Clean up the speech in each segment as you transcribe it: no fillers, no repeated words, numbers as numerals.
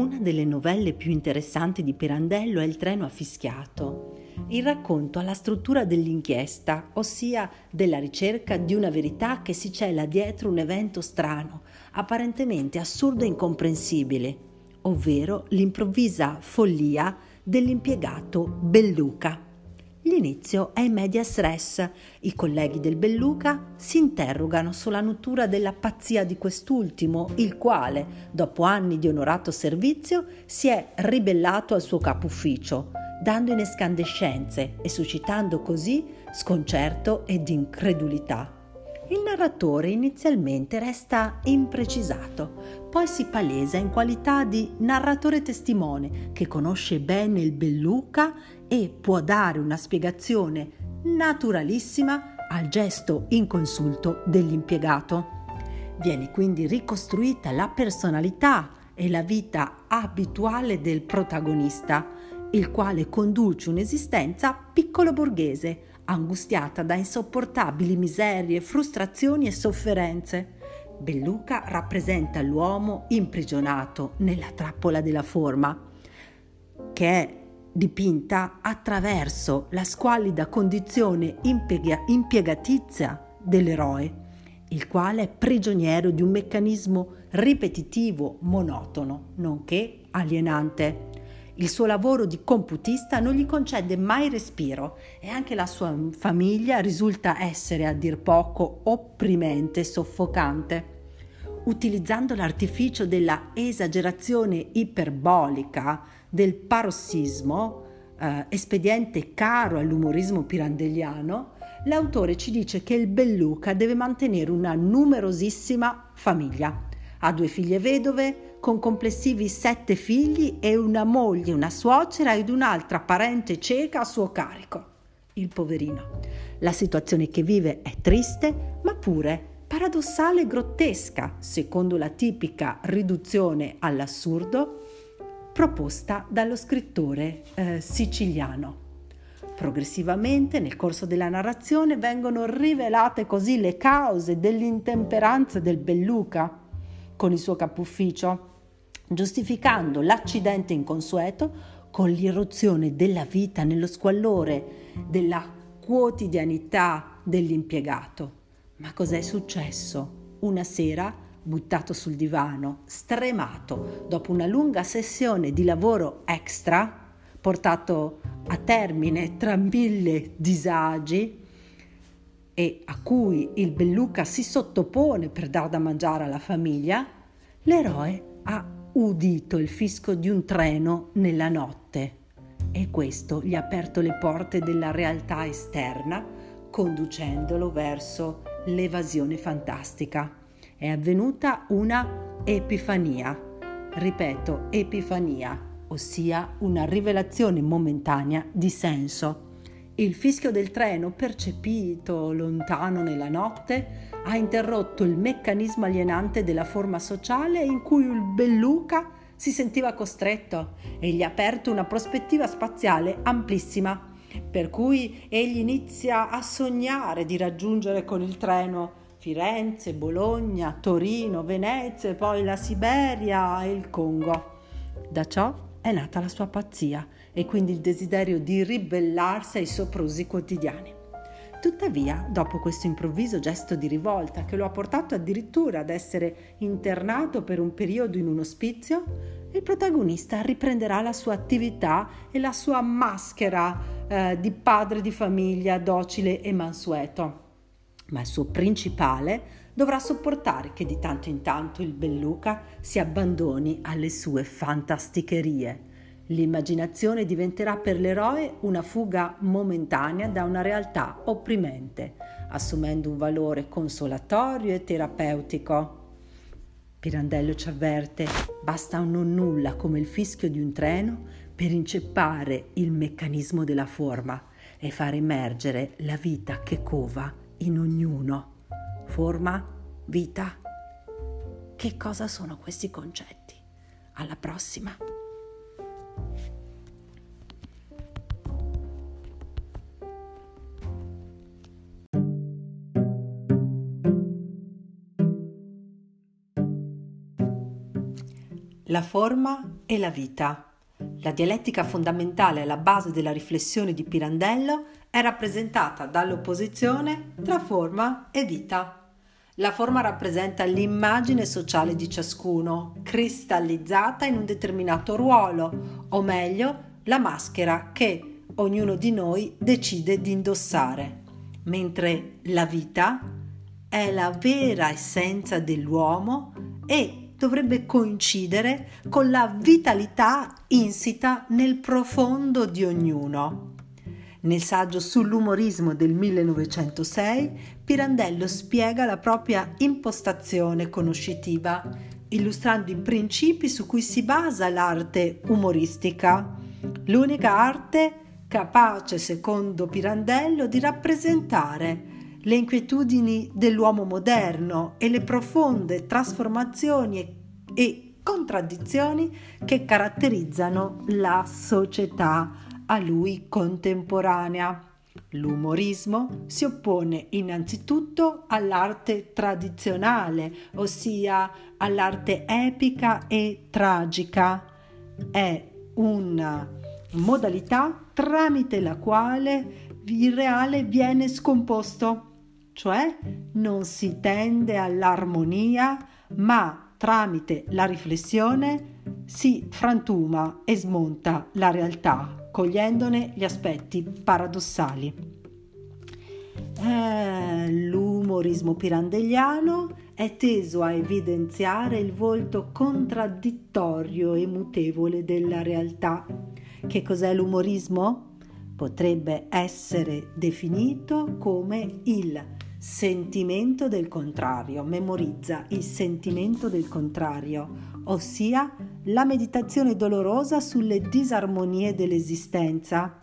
Una delle novelle più interessanti di Pirandello è Il treno affischiato. Il racconto ha la struttura dell'inchiesta, ossia della ricerca di una verità che si cela dietro un evento strano, apparentemente assurdo e incomprensibile, ovvero l'improvvisa follia dell'impiegato Belluca. L'inizio è in medias res. I colleghi del Belluca si interrogano sulla natura della pazzia di quest'ultimo, il quale, dopo anni di onorato servizio, si è ribellato al suo capo ufficio, dando in escandescenze e suscitando così sconcerto ed incredulità. Il narratore inizialmente resta imprecisato, poi si palesa in qualità di narratore testimone che conosce bene il Belluca e può dare una spiegazione naturalissima al gesto inconsulto dell'impiegato. Viene quindi ricostruita la personalità e la vita abituale del protagonista, il quale conduce un'esistenza piccolo borghese, angustiata da insopportabili miserie, frustrazioni e sofferenze. Belluca rappresenta l'uomo imprigionato nella trappola della forma, che è dipinta attraverso la squallida condizione impiegatizia dell'eroe, il quale è prigioniero di un meccanismo ripetitivo, monotono, nonché alienante. Il suo lavoro di computista non gli concede mai respiro e anche la sua famiglia risulta essere a dir poco opprimente e soffocante. Utilizzando l'artificio della esagerazione iperbolica, del parossismo, espediente caro all'umorismo pirandelliano, l'autore ci dice che il Belluca deve mantenere una numerosissima famiglia. Ha 2 figlie vedove, con complessivi 7 figli e una moglie, una suocera ed un'altra parente cieca a suo carico. Il poverino. La situazione che vive è triste, ma pure paradossale e grottesca, secondo la tipica riduzione all'assurdo proposta dallo scrittore siciliano. Progressivamente, nel corso della narrazione, vengono rivelate così le cause dell'intemperanza del Belluca con il suo capufficio, giustificando l'accidente inconsueto con l'irruzione della vita nello squallore della quotidianità dell'impiegato. Ma cos'è successo? Una sera, buttato sul divano, stremato, dopo una lunga sessione di lavoro extra, portato a termine tra 1000 disagi e a cui il Belluca si sottopone per dar da mangiare alla famiglia, l'eroe ha udito il fisco di un treno nella notte e questo gli ha aperto le porte della realtà esterna, conducendolo verso l'evasione fantastica. È avvenuta una epifania, ripeto, epifania, ossia una rivelazione momentanea di senso. Il fischio del treno, percepito lontano nella notte, ha interrotto il meccanismo alienante della forma sociale in cui il Belluca si sentiva costretto e gli ha aperto una prospettiva spaziale amplissima, per cui egli inizia a sognare di raggiungere con il treno Firenze, Bologna, Torino, Venezia e poi la Siberia e il Congo. Da ciò è nata la sua pazzia e quindi il desiderio di ribellarsi ai soprusi quotidiani. Tuttavia, dopo questo improvviso gesto di rivolta che lo ha portato addirittura ad essere internato per un periodo in un ospizio, il protagonista riprenderà la sua attività e la sua maschera di padre di famiglia docile e mansueto. Ma il suo principale dovrà sopportare che di tanto in tanto il Belluca si abbandoni alle sue fantasticherie. L'immaginazione diventerà per l'eroe una fuga momentanea da una realtà opprimente, assumendo un valore consolatorio e terapeutico. Pirandello ci avverte: basta un non nulla come il fischio di un treno per inceppare il meccanismo della forma e far emergere la vita che cova in ognuno. Forma, vita. Che cosa sono questi concetti? Alla prossima! La forma e la vita. La dialettica fondamentale alla base della riflessione di Pirandello è rappresentata dall'opposizione tra forma e vita. La forma rappresenta l'immagine sociale di ciascuno, cristallizzata in un determinato ruolo, o meglio, la maschera che ognuno di noi decide di indossare, mentre la vita è la vera essenza dell'uomo e dovrebbe coincidere con la vitalità insita nel profondo di ognuno. Nel saggio sull'umorismo del 1906, Pirandello spiega la propria impostazione conoscitiva, illustrando i principi su cui si basa l'arte umoristica, l'unica arte capace, secondo Pirandello, di rappresentare le inquietudini dell'uomo moderno e le profonde trasformazioni e contraddizioni che caratterizzano la società a lui contemporanea. L'umorismo si oppone innanzitutto all'arte tradizionale, ossia all'arte epica e tragica. È una modalità tramite la quale il reale viene scomposto, cioè non si tende all'armonia, ma tramite la riflessione si frantuma e smonta la realtà, cogliendone gli aspetti paradossali. L'umorismo pirandelliano è teso a evidenziare il volto contraddittorio e mutevole della realtà. Che cos'è l'umorismo? Potrebbe essere definito come il sentimento del contrario. Memorizza il sentimento del contrario, ossia la meditazione dolorosa sulle disarmonie dell'esistenza,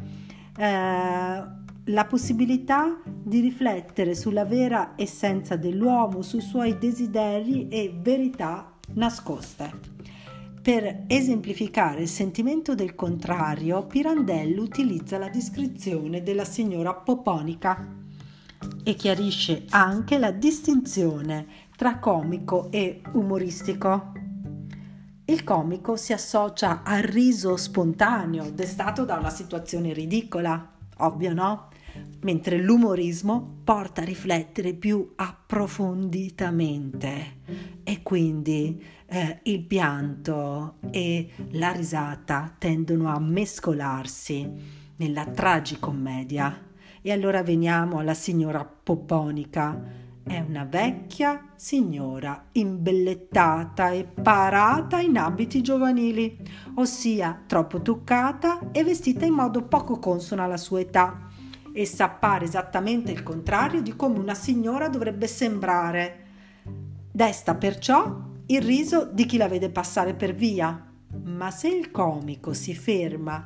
la possibilità di riflettere sulla vera essenza dell'uomo, sui suoi desideri e verità nascoste. Per esemplificare il sentimento del contrario, Pirandello utilizza la descrizione della signora Poponica e chiarisce anche la distinzione tra comico e umoristico. Il comico si associa al riso spontaneo destato da una situazione ridicola, ovvio no? Mentre l'umorismo porta a riflettere più approfonditamente e quindi il pianto e la risata tendono a mescolarsi nella tragicommedia. E allora veniamo alla signora Poponica. È una vecchia signora imbellettata e parata in abiti giovanili, ossia troppo truccata e vestita in modo poco consono alla sua età. Essa appare esattamente il contrario di come una signora dovrebbe sembrare. Desta perciò il riso di chi la vede passare per via. Ma se il comico si ferma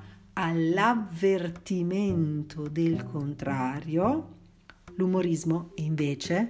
all'avvertimento del contrario, l'umorismo invece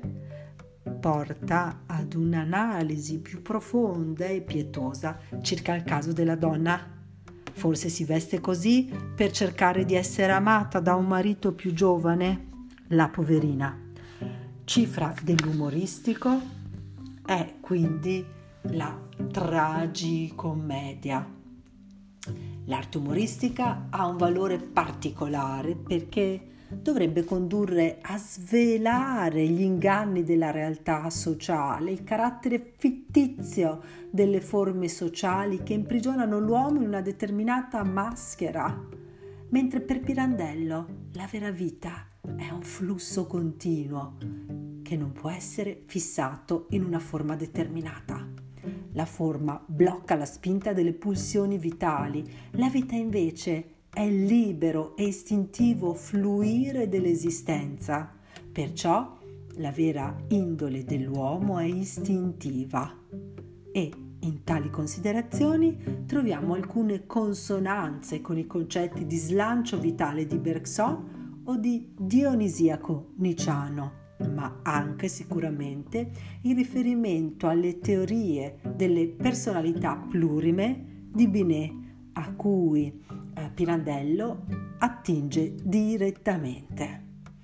porta ad un'analisi più profonda e pietosa circa il caso della donna. Forse si veste così per cercare di essere amata da un marito più giovane? La poverina. Cifra dell'umoristico è quindi la tragicommedia. L'arte umoristica ha un valore particolare perché dovrebbe condurre a svelare gli inganni della realtà sociale, il carattere fittizio delle forme sociali che imprigionano l'uomo in una determinata maschera, mentre per Pirandello la vera vita è un flusso continuo che non può essere fissato in una forma determinata. La forma blocca la spinta delle pulsioni vitali, la vita invece è il libero e istintivo fluire dell'esistenza. Perciò la vera indole dell'uomo è istintiva e in tali considerazioni troviamo alcune consonanze con i concetti di slancio vitale di Bergson o di dionisiaco nicciano, ma anche sicuramente in riferimento alle teorie delle personalità plurime di Binet, a cui Pirandello attinge direttamente.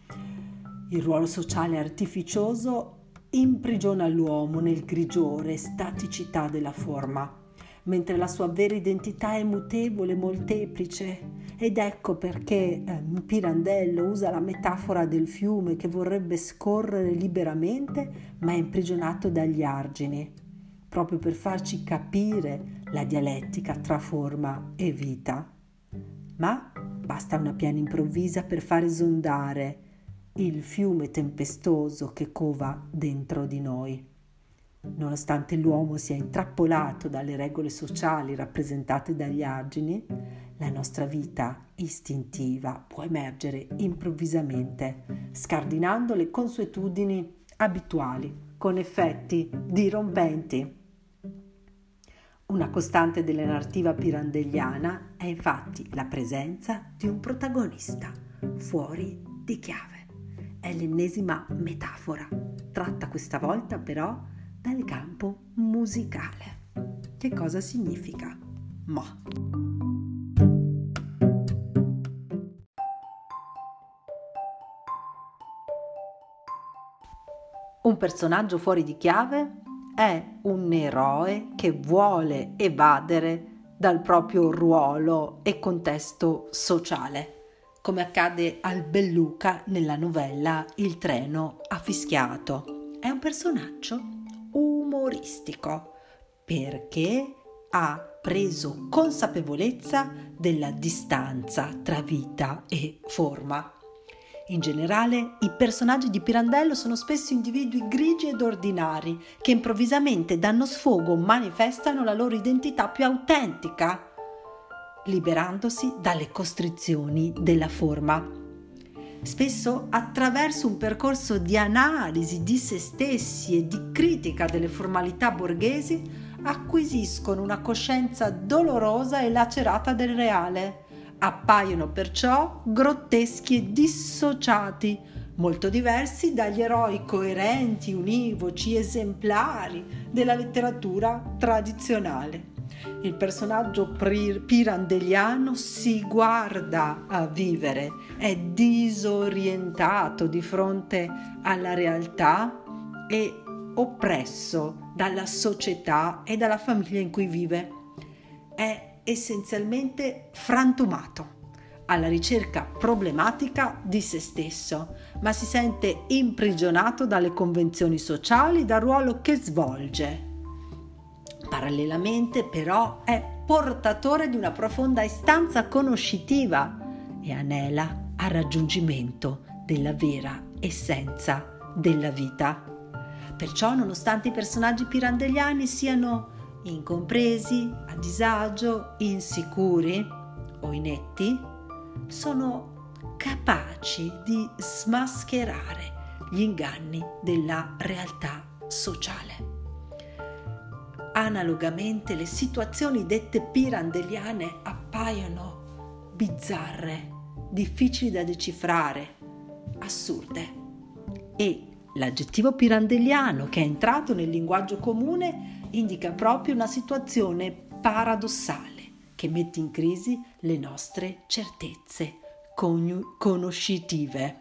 Il ruolo sociale artificioso imprigiona l'uomo nel grigiore e staticità della forma, mentre la sua vera identità è mutevole, molteplice. Ed ecco perché Pirandello usa la metafora del fiume che vorrebbe scorrere liberamente ma è imprigionato dagli argini, proprio per farci capire la dialettica tra forma e vita. Ma basta una piana improvvisa per far esondare il fiume tempestoso che cova dentro di noi. Nonostante l'uomo sia intrappolato dalle regole sociali rappresentate dagli argini, la nostra vita istintiva può emergere improvvisamente, scardinando le consuetudini abituali, con effetti dirompenti. Una costante della narrativa pirandelliana è infatti la presenza di un protagonista fuori di chiave. È l'ennesima metafora, tratta questa volta però dal campo musicale. Che cosa significa? Un personaggio fuori di chiave è un eroe che vuole evadere dal proprio ruolo e contesto sociale, come accade al Belluca nella novella Il treno ha fischiato. È un personaggio umoristico perché ha preso consapevolezza della distanza tra vita e forma. In generale, i personaggi di Pirandello sono spesso individui grigi ed ordinari che improvvisamente danno sfogo o manifestano la loro identità più autentica, liberandosi dalle costrizioni della forma. Spesso attraverso un percorso di analisi di se stessi e di critica delle formalità borghesi acquisiscono una coscienza dolorosa e lacerata del reale. Appaiono perciò grotteschi e dissociati, molto diversi dagli eroi coerenti, univoci, esemplari della letteratura tradizionale. Il personaggio pirandelliano si guarda a vivere, è disorientato di fronte alla realtà e oppresso dalla società e dalla famiglia in cui vive. È essenzialmente frantumato, alla ricerca problematica di se stesso, ma si sente imprigionato dalle convenzioni sociali, dal ruolo che svolge. Parallelamente, però, è portatore di una profonda istanza conoscitiva e anela al raggiungimento della vera essenza della vita. Perciò, nonostante i personaggi pirandelliani siano incompresi, a disagio, insicuri o inetti, sono capaci di smascherare gli inganni della realtà sociale. Analogamente, le situazioni dette pirandelliane appaiono bizzarre, difficili da decifrare, assurde. E l'aggettivo pirandelliano, che è entrato nel linguaggio comune, indica proprio una situazione paradossale che mette in crisi le nostre certezze conoscitive.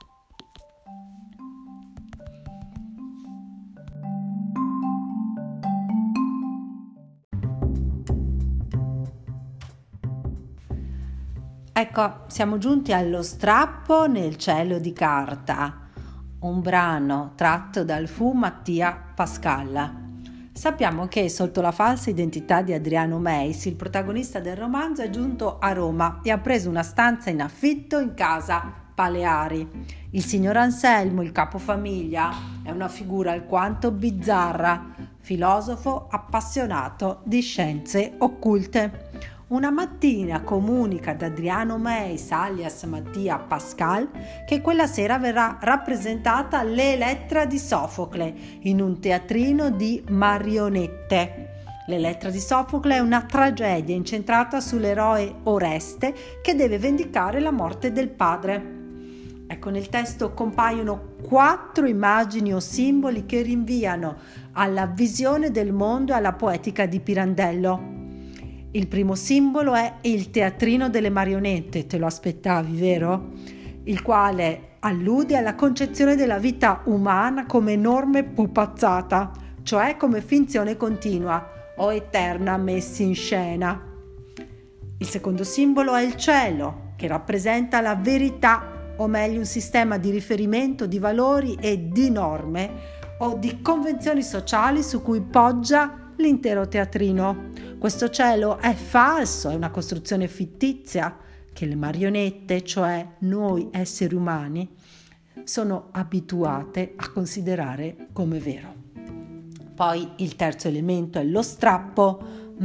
Ecco, siamo giunti allo strappo nel cielo di carta, un brano tratto dal Fu Mattia Pascal. Sappiamo che sotto la falsa identità di Adriano Meis, il protagonista del romanzo è giunto a Roma e ha preso una stanza in affitto in casa Paleari. Il signor Anselmo, il capofamiglia, è una figura alquanto bizzarra, filosofo appassionato di scienze occulte. Una mattina comunica ad Adriano Meis, alias Mattia Pascal, che quella sera verrà rappresentata l'Elettra di Sofocle in un teatrino di marionette. L'Elettra di Sofocle è una tragedia incentrata sull'eroe Oreste che deve vendicare la morte del padre. Ecco, nel testo compaiono 4 immagini o simboli che rinviano alla visione del mondo e alla poetica di Pirandello. Il primo simbolo è il teatrino delle marionette, te lo aspettavi, vero? Il quale allude alla concezione della vita umana come enorme pupazzata, cioè come finzione continua, o eterna messi in scena. Il secondo simbolo è il cielo, che rappresenta la verità, o meglio un sistema di riferimento di valori e di norme o di convenzioni sociali su cui poggia l'intero teatrino. Questo cielo è falso, è una costruzione fittizia che le marionette, cioè noi esseri umani, sono abituate a considerare come vero. Poi il terzo elemento è lo strappo.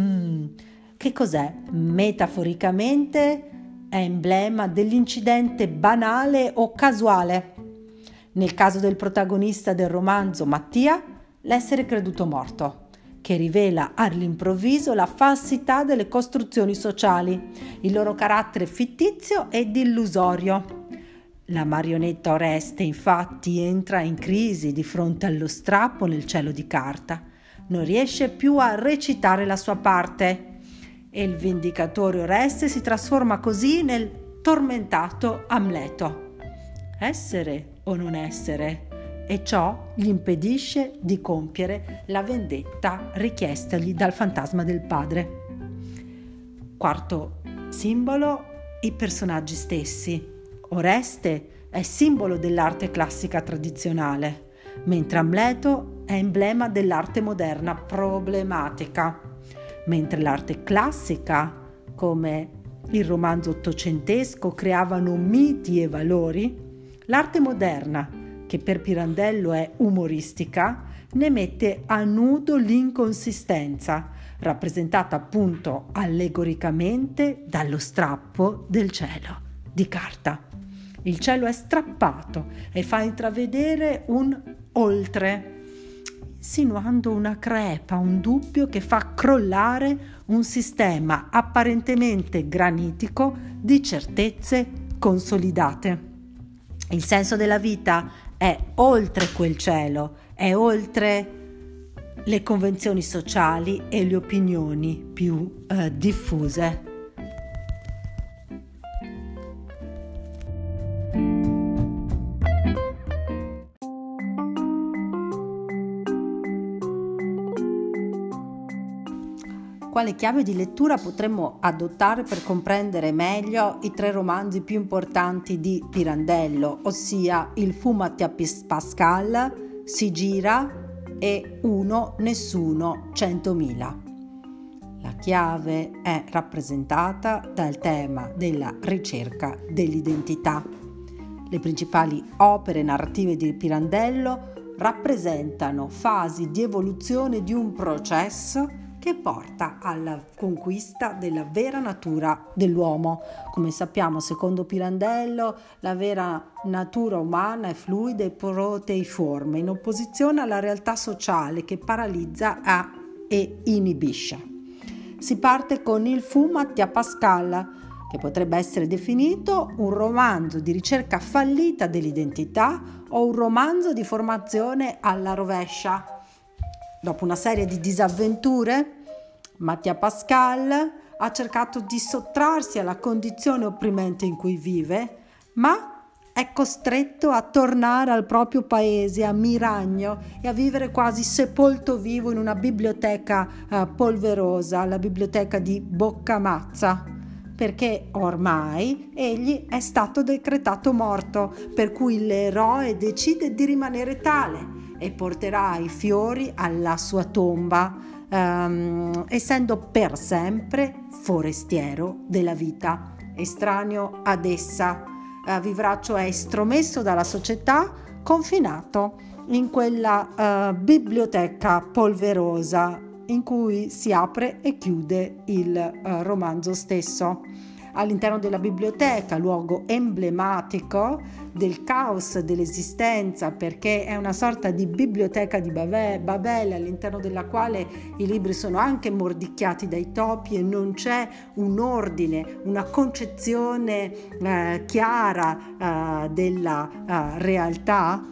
Che cos'è? Metaforicamente è emblema dell'incidente banale o casuale. Nel caso del protagonista del romanzo Mattia, l'essere creduto morto, che rivela all'improvviso la falsità delle costruzioni sociali, il loro carattere fittizio ed illusorio. La marionetta Oreste infatti entra in crisi di fronte allo strappo nel cielo di carta, non riesce più a recitare la sua parte e il vendicatore Oreste si trasforma così nel tormentato Amleto. Essere o non essere? E ciò gli impedisce di compiere la vendetta richiestagli dal fantasma del padre. Quarto simbolo, i personaggi stessi. Oreste è simbolo dell'arte classica tradizionale, mentre Amleto è emblema dell'arte moderna problematica. Mentre l'arte classica, come il romanzo ottocentesco, creavano miti e valori, l'arte moderna, che per Pirandello è umoristica, ne mette a nudo l'inconsistenza, rappresentata appunto allegoricamente dallo strappo del cielo di carta. Il cielo è strappato e fa intravedere un oltre, insinuando una crepa, un dubbio che fa crollare un sistema apparentemente granitico di certezze consolidate. Il senso della vita è oltre quel cielo, è oltre le convenzioni sociali e le opinioni più diffuse. Quale chiave di lettura potremmo adottare per comprendere meglio i tre romanzi più importanti di Pirandello, ossia Il fu Mattia Pascal, Si gira e Uno, Nessuno, 100.000? La chiave è rappresentata dal tema della ricerca dell'identità. Le principali opere narrative di Pirandello rappresentano fasi di evoluzione di un processo che porta alla conquista della vera natura dell'uomo. Come sappiamo, secondo Pirandello, la vera natura umana è fluida e proteiforme, in opposizione alla realtà sociale che paralizza e inibisce. Si parte con Il fu Mattia Pascal, che potrebbe essere definito un romanzo di ricerca fallita dell'identità o un romanzo di formazione alla rovescia. Dopo una serie di disavventure, Mattia Pascal ha cercato di sottrarsi alla condizione opprimente in cui vive, ma è costretto a tornare al proprio paese, a Miragno, e a vivere quasi sepolto vivo in una biblioteca polverosa, la biblioteca di Boccamazza, perché ormai egli è stato decretato morto, per cui l'eroe decide di rimanere tale e porterà i fiori alla sua tomba, essendo per sempre forestiero della vita, estraneo ad essa. Vivrà cioè estromesso dalla società, confinato in quella biblioteca polverosa in cui si apre e chiude il romanzo stesso. All'interno della biblioteca, luogo emblematico del caos dell'esistenza, perché è una sorta di biblioteca di Babele, all'interno della quale i libri sono anche mordicchiati dai topi e non c'è un ordine, una concezione chiara della realtà.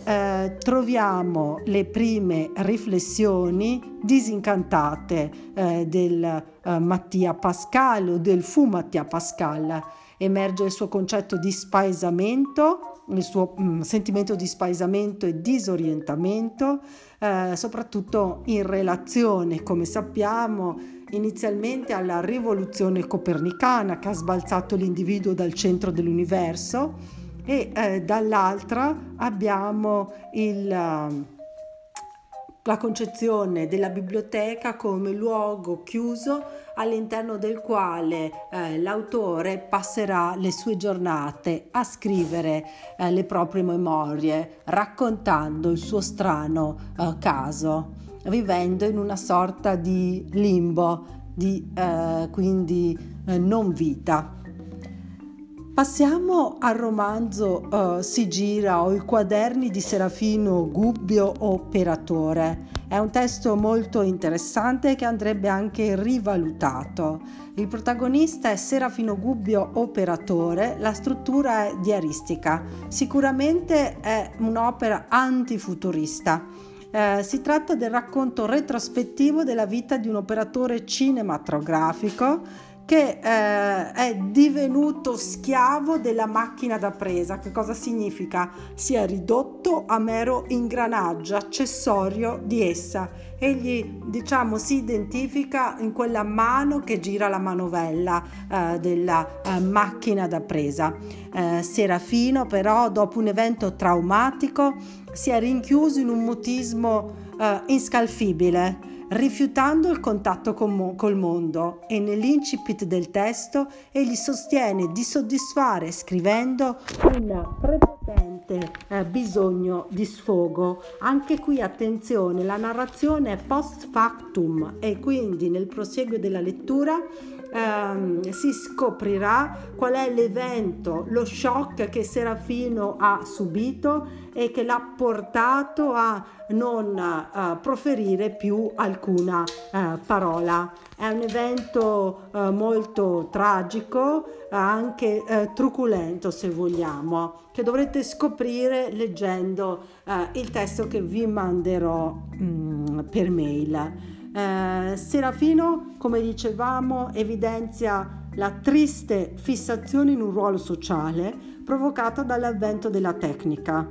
Troviamo le prime riflessioni disincantate del Mattia Pascal o del fu Mattia Pascal. Emerge il suo concetto di spaesamento il suo sentimento di spaesamento e disorientamento, soprattutto in relazione, come sappiamo, inizialmente alla rivoluzione copernicana che ha sbalzato l'individuo dal centro dell'universo, e dall'altra abbiamo la concezione della biblioteca come luogo chiuso all'interno del quale l'autore passerà le sue giornate a scrivere le proprie memorie, raccontando il suo strano caso, vivendo in una sorta di limbo, quindi non vita. Passiamo al romanzo Si gira o i quaderni di Serafino Gubbio Operatore. È un testo molto interessante che andrebbe anche rivalutato. Il protagonista è Serafino Gubbio Operatore, la struttura è diaristica. Sicuramente è un'opera antifuturista. Si tratta del racconto retrospettivo della vita di un operatore cinematografico che è divenuto schiavo della macchina da presa. Che cosa significa? Si è ridotto a mero ingranaggio, accessorio di essa. Egli, si identifica in quella mano che gira la manovella della macchina da presa. Serafino però, dopo un evento traumatico, si è rinchiuso in un mutismo inscalfibile, rifiutando il contatto col mondo, e nell'incipit del testo egli sostiene di soddisfare scrivendo un prepotente bisogno di sfogo. Anche qui attenzione, la narrazione è post factum e quindi nel prosieguo della lettura si scoprirà qual è l'evento, lo shock che Serafino ha subito e che l'ha portato a non proferire più alcuna parola. È un evento molto tragico, anche truculento se vogliamo, che dovrete scoprire leggendo il testo che vi manderò per mail. Serafino, come dicevamo, evidenzia la triste fissazione in un ruolo sociale provocata dall'avvento della tecnica.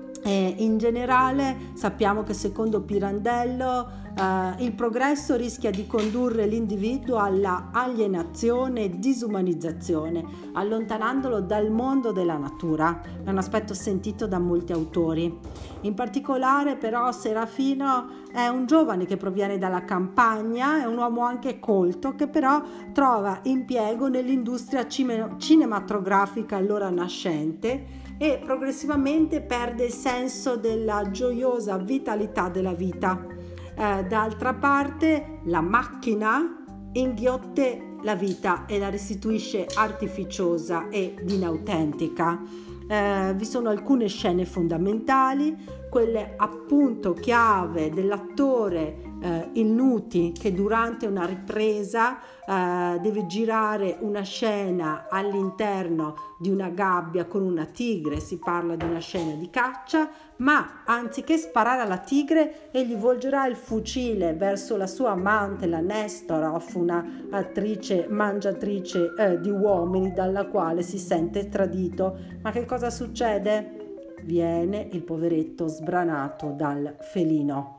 In generale sappiamo che secondo Pirandello il progresso rischia di condurre l'individuo alla alienazione e disumanizzazione, allontanandolo dal mondo della natura. È un aspetto sentito da molti autori. In particolare però Serafino è un giovane che proviene dalla campagna, è un uomo anche colto che però trova impiego nell'industria cinematografica allora nascente e progressivamente perde il senso della gioiosa vitalità della vita. D'altra parte la macchina inghiotte la vita e la restituisce artificiosa ed inautentica. Vi sono alcune scene fondamentali, quelle appunto chiave dell'attore il Nuti, che durante una ripresa deve girare una scena all'interno di una gabbia con una tigre. Si parla di una scena di caccia, ma anziché sparare alla tigre egli volgerà il fucile verso la sua amante, la Nestorov, una attrice mangiatrice di uomini dalla quale si sente tradito. Ma che cosa succede? Viene il poveretto sbranato dal felino.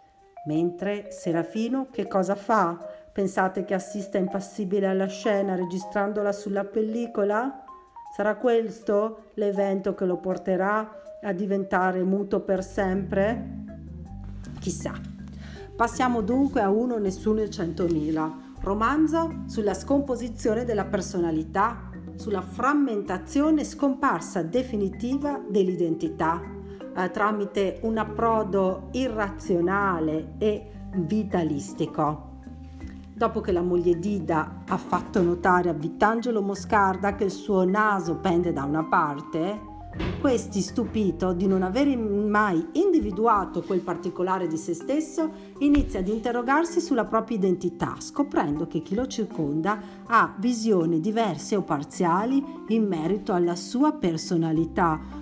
Mentre Serafino che cosa fa? Pensate che assista impassibile alla scena registrandola sulla pellicola? Sarà questo l'evento che lo porterà a diventare muto per sempre? Chissà. Passiamo dunque a Uno, Nessuno e 100.000, romanzo sulla scomposizione della personalità, sulla frammentazione e scomparsa definitiva dell'identità tramite un approdo irrazionale e vitalistico. Dopo che la moglie Dida ha fatto notare a Vittangelo Moscarda che il suo naso pende da una parte, questi, stupito di non aver mai individuato quel particolare di se stesso, inizia ad interrogarsi sulla propria identità, scoprendo che chi lo circonda ha visioni diverse o parziali in merito alla sua personalità.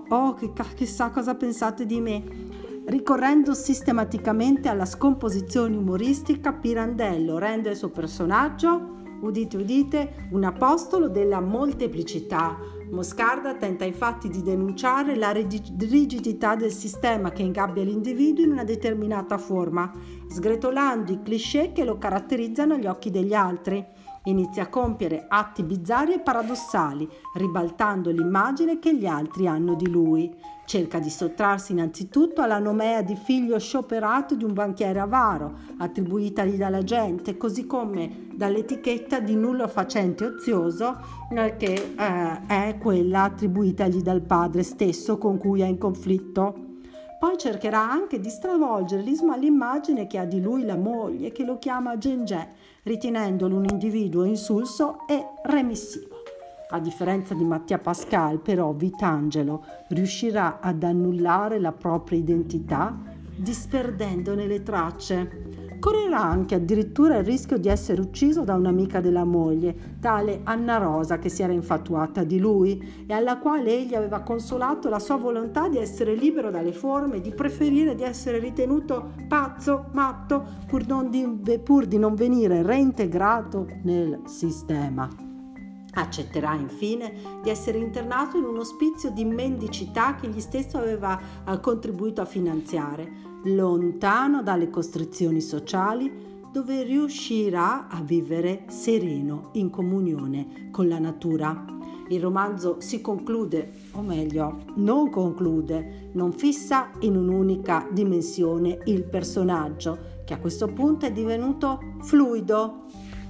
Chissà cosa pensate di me. Ricorrendo sistematicamente alla scomposizione umoristica, Pirandello rende il suo personaggio, udite udite, un apostolo della molteplicità, Moscarda tenta infatti di denunciare la rigidità del sistema che ingabbia l'individuo in una determinata forma, sgretolando i cliché che lo caratterizzano agli occhi degli altri. Inizia a compiere atti bizzarri e paradossali, ribaltando l'immagine che gli altri hanno di lui. Cerca di sottrarsi innanzitutto alla nomea di figlio scioperato di un banchiere avaro, attribuitagli dalla gente, così come dall'etichetta di nullo facente ozioso che è quella attribuitagli dal padre stesso con cui è in conflitto. Poi cercherà anche di stravolgere l'immagine che ha di lui la moglie, che lo chiama Gengè, ritenendolo un individuo insulso e remissivo. A differenza di Mattia Pascal, però, Vitangelo riuscirà ad annullare la propria identità disperdendone le tracce. Correrà anche addirittura il rischio di essere ucciso da un'amica della moglie, tale Anna Rosa, che si era infatuata di lui e alla quale egli aveva consolato la sua volontà di essere libero dalle forme, di preferire di essere ritenuto pazzo, matto, pur di non venire reintegrato nel sistema. Accetterà infine di essere internato in un ospizio di mendicità che egli stesso aveva contribuito a finanziare, lontano dalle costrizioni sociali, dove riuscirà a vivere sereno in comunione con la natura. Il romanzo si conclude, o meglio, non conclude, non fissa in un'unica dimensione il personaggio, che a questo punto è divenuto fluido.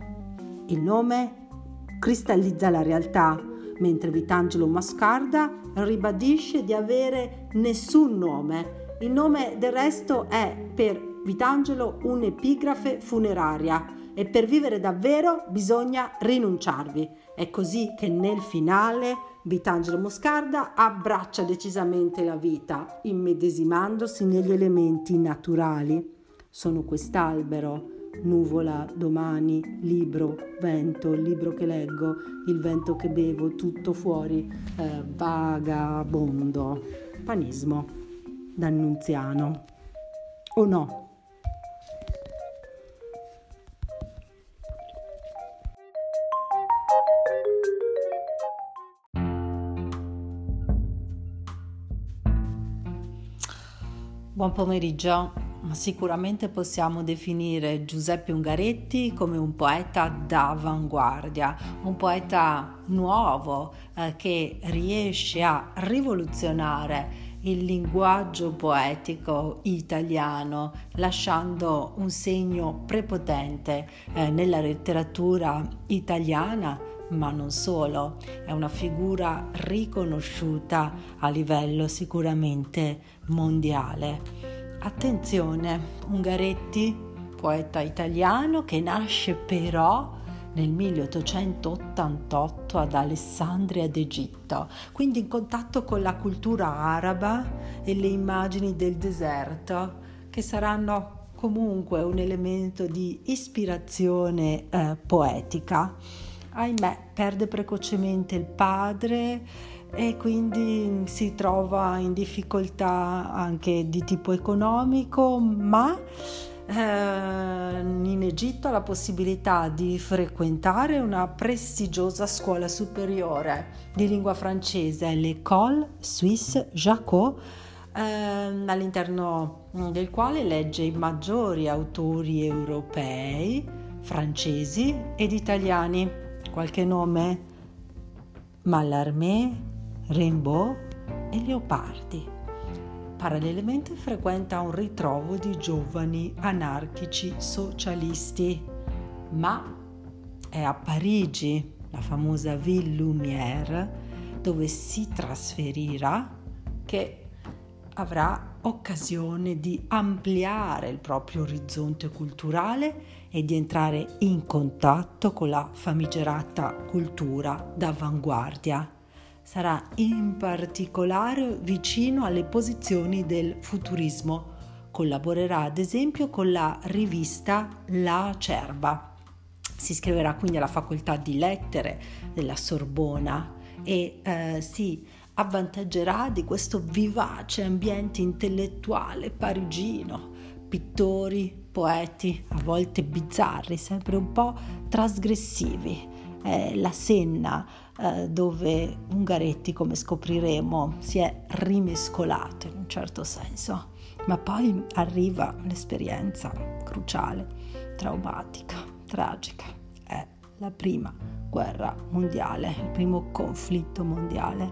Il nome cristallizza la realtà, mentre Vitangelo Moscarda ribadisce di avere nessun nome. Il nome del resto è per Vitangelo un'epigrafe funeraria e per vivere davvero bisogna rinunciarvi. È così che nel finale Vitangelo Moscarda abbraccia decisamente la vita, immedesimandosi negli elementi naturali. Sono quest'albero, nuvola domani, libro, vento, il libro che leggo, il vento che bevo, tutto fuori, vagabondo. Panismo d'Annunziano. O no? Buon pomeriggio. Sicuramente possiamo definire Giuseppe Ungaretti come un poeta d'avanguardia, un poeta nuovo che riesce a rivoluzionare il linguaggio poetico italiano, lasciando un segno prepotente nella letteratura italiana, ma non solo. È una figura riconosciuta a livello sicuramente mondiale. Attenzione, Ungaretti, poeta italiano che nasce però nel 1888 ad Alessandria d'Egitto, quindi in contatto con la cultura araba e le immagini del deserto, che saranno comunque un elemento di ispirazione poetica. Ahimè, perde precocemente il padre e quindi si trova in difficoltà anche di tipo economico, ma in Egitto ha la possibilità di frequentare una prestigiosa scuola superiore di lingua francese, l'École Suisse Jacot, all'interno del quale legge i maggiori autori europei, francesi ed italiani. Qualche nome? Mallarmé, Rimbaud e Leopardi. Parallelamente frequenta un ritrovo di giovani anarchici socialisti, ma è a Parigi, la famosa Ville Lumière, dove si trasferirà, che avrà occasione di ampliare il proprio orizzonte culturale e di entrare in contatto con la famigerata cultura d'avanguardia. Sarà in particolare vicino alle posizioni del futurismo. Collaborerà ad esempio con la rivista La Acerba. Si iscriverà quindi alla facoltà di lettere della Sorbona e si avvantaggerà di questo vivace ambiente intellettuale parigino. Pittori, poeti, a volte bizzarri, sempre un po' trasgressivi. La senna dove Ungaretti, come scopriremo, si è rimescolato in un certo senso. Ma poi arriva l'esperienza cruciale, traumatica, tragica. È la prima guerra mondiale, il primo conflitto mondiale.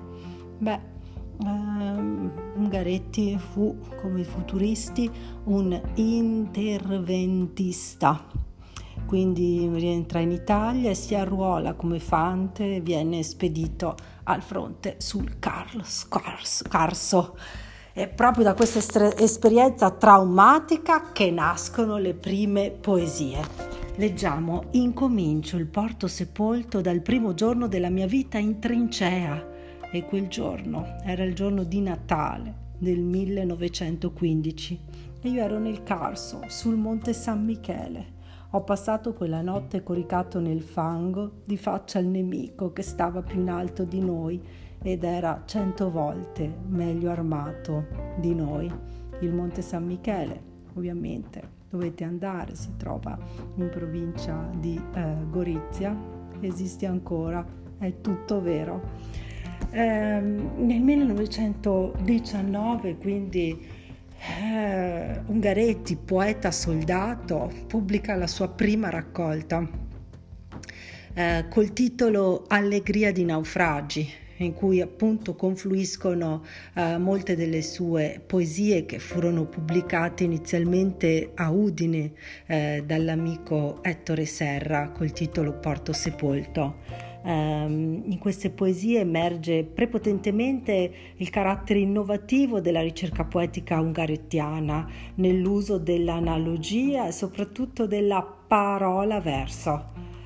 Ungaretti fu, come i futuristi, un interventista. Quindi rientra in Italia e si arruola come fante e viene spedito al fronte sul Carso. È proprio da questa esperienza traumatica che nascono le prime poesie. Leggiamo: incomincio il porto sepolto dal primo giorno della mia vita in trincea. E quel giorno era il giorno di Natale del 1915 e io ero nel Carso, sul monte San Michele. Ho passato quella notte coricato nel fango di faccia al nemico che stava più in alto di noi ed era 100 volte meglio armato di noi. Il monte San Michele, ovviamente, dovete andare, si trova in provincia di Gorizia, esiste ancora, è tutto vero. Nel 1919, quindi, Ungaretti, poeta soldato, pubblica la sua prima raccolta col titolo Allegria di naufragi, in cui appunto confluiscono molte delle sue poesie che furono pubblicate inizialmente a Udine dall'amico Ettore Serra col titolo Porto sepolto. In queste poesie emerge prepotentemente il carattere innovativo della ricerca poetica ungarettiana nell'uso dell'analogia e soprattutto della parola verso.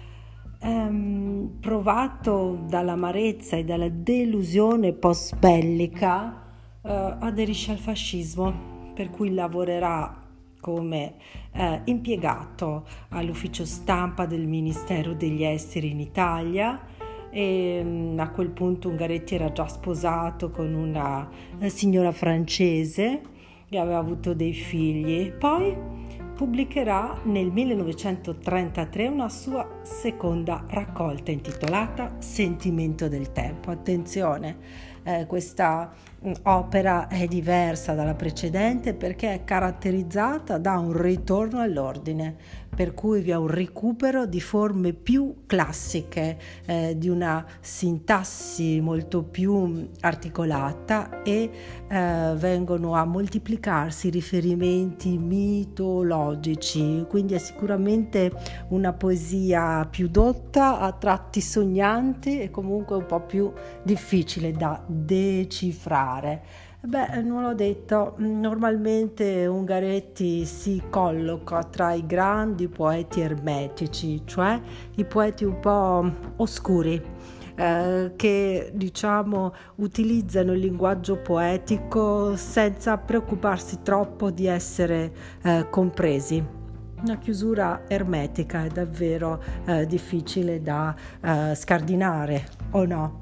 Provato dall'amarezza e dalla delusione post-bellica, aderisce al fascismo, per cui lavorerà come impiegato all'ufficio stampa del Ministero degli Esteri in Italia e a quel punto Ungaretti era già sposato con una signora francese e aveva avuto dei figli. Poi pubblicherà nel 1933 una sua seconda raccolta intitolata Sentimento del tempo. Attenzione, questa opera è diversa dalla precedente perché è caratterizzata da un ritorno all'ordine, per cui vi è un recupero di forme più classiche, di una sintassi molto più articolata e vengono a moltiplicarsi riferimenti mitologici, quindi è sicuramente una poesia più dotta, a tratti sognanti e comunque un po' più difficile da decifrare. Non l'ho detto, normalmente Ungaretti si colloca tra i grandi poeti ermetici, cioè i poeti un po' oscuri, che diciamo utilizzano il linguaggio poetico senza preoccuparsi troppo di essere compresi. Una chiusura ermetica è davvero difficile da scardinare, o no?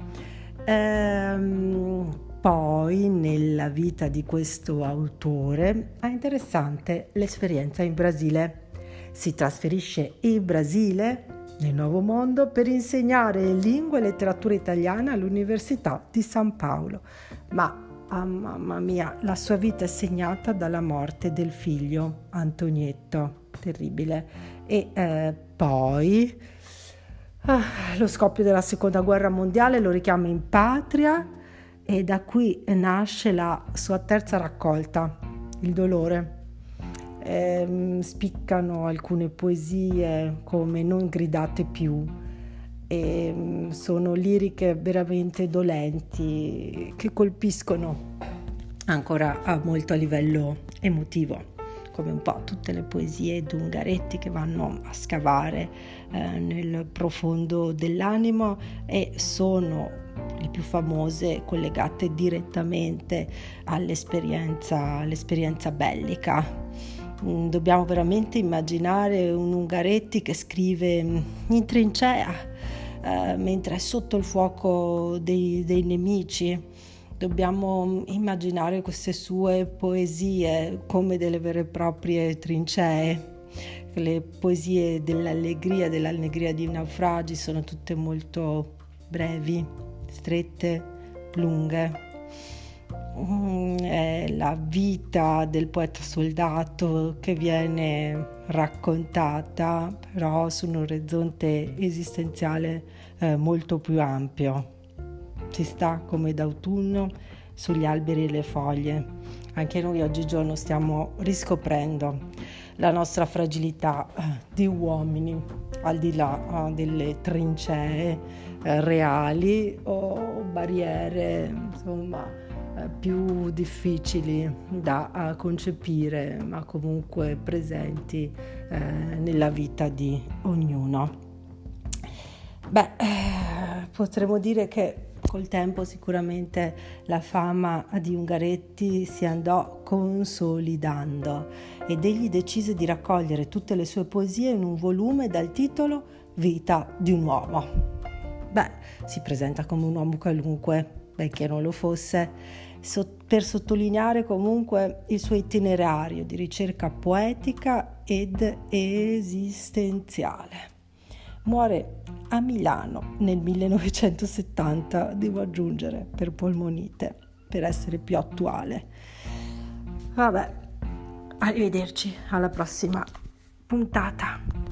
Poi nella vita di questo autore è interessante l'esperienza in Brasile. Si trasferisce in Brasile, nel Nuovo Mondo, per insegnare lingua e letteratura italiana all'Università di San Paolo. Ma, mamma mia, la sua vita è segnata dalla morte del figlio Antonietto, terribile. E poi lo scoppio della Seconda Guerra Mondiale lo richiama in patria e da qui nasce la sua terza raccolta, Il dolore. Spiccano alcune poesie come Non gridate più e sono liriche veramente dolenti che colpiscono ancora molto a livello emotivo, come un po' tutte le poesie di Ungaretti che vanno a scavare nel profondo dell'animo e sono le più famose collegate direttamente all'esperienza bellica. Dobbiamo veramente immaginare un Ungaretti che scrive in trincea mentre è sotto il fuoco dei nemici. Dobbiamo immaginare queste sue poesie come delle vere e proprie trincee. Le poesie dell'allegria di naufragi sono tutte molto brevi, strette, lunghe. È la vita del poeta soldato che viene raccontata però su un orizzonte esistenziale molto più ampio. Si sta come d'autunno sugli alberi e le foglie. Anche noi oggigiorno stiamo riscoprendo la nostra fragilità di uomini, al di là delle trincee reali o barriere, insomma, più difficili da concepire, ma comunque presenti nella vita di ognuno. Potremmo dire che col tempo sicuramente la fama di Ungaretti si andò consolidando ed egli decise di raccogliere tutte le sue poesie in un volume dal titolo Vita di un uomo. Si presenta come un uomo qualunque, benché non lo fosse, per sottolineare comunque il suo itinerario di ricerca poetica ed esistenziale. Muore a Milano nel 1970, devo aggiungere, per polmonite, per essere più attuale. Arrivederci alla prossima puntata.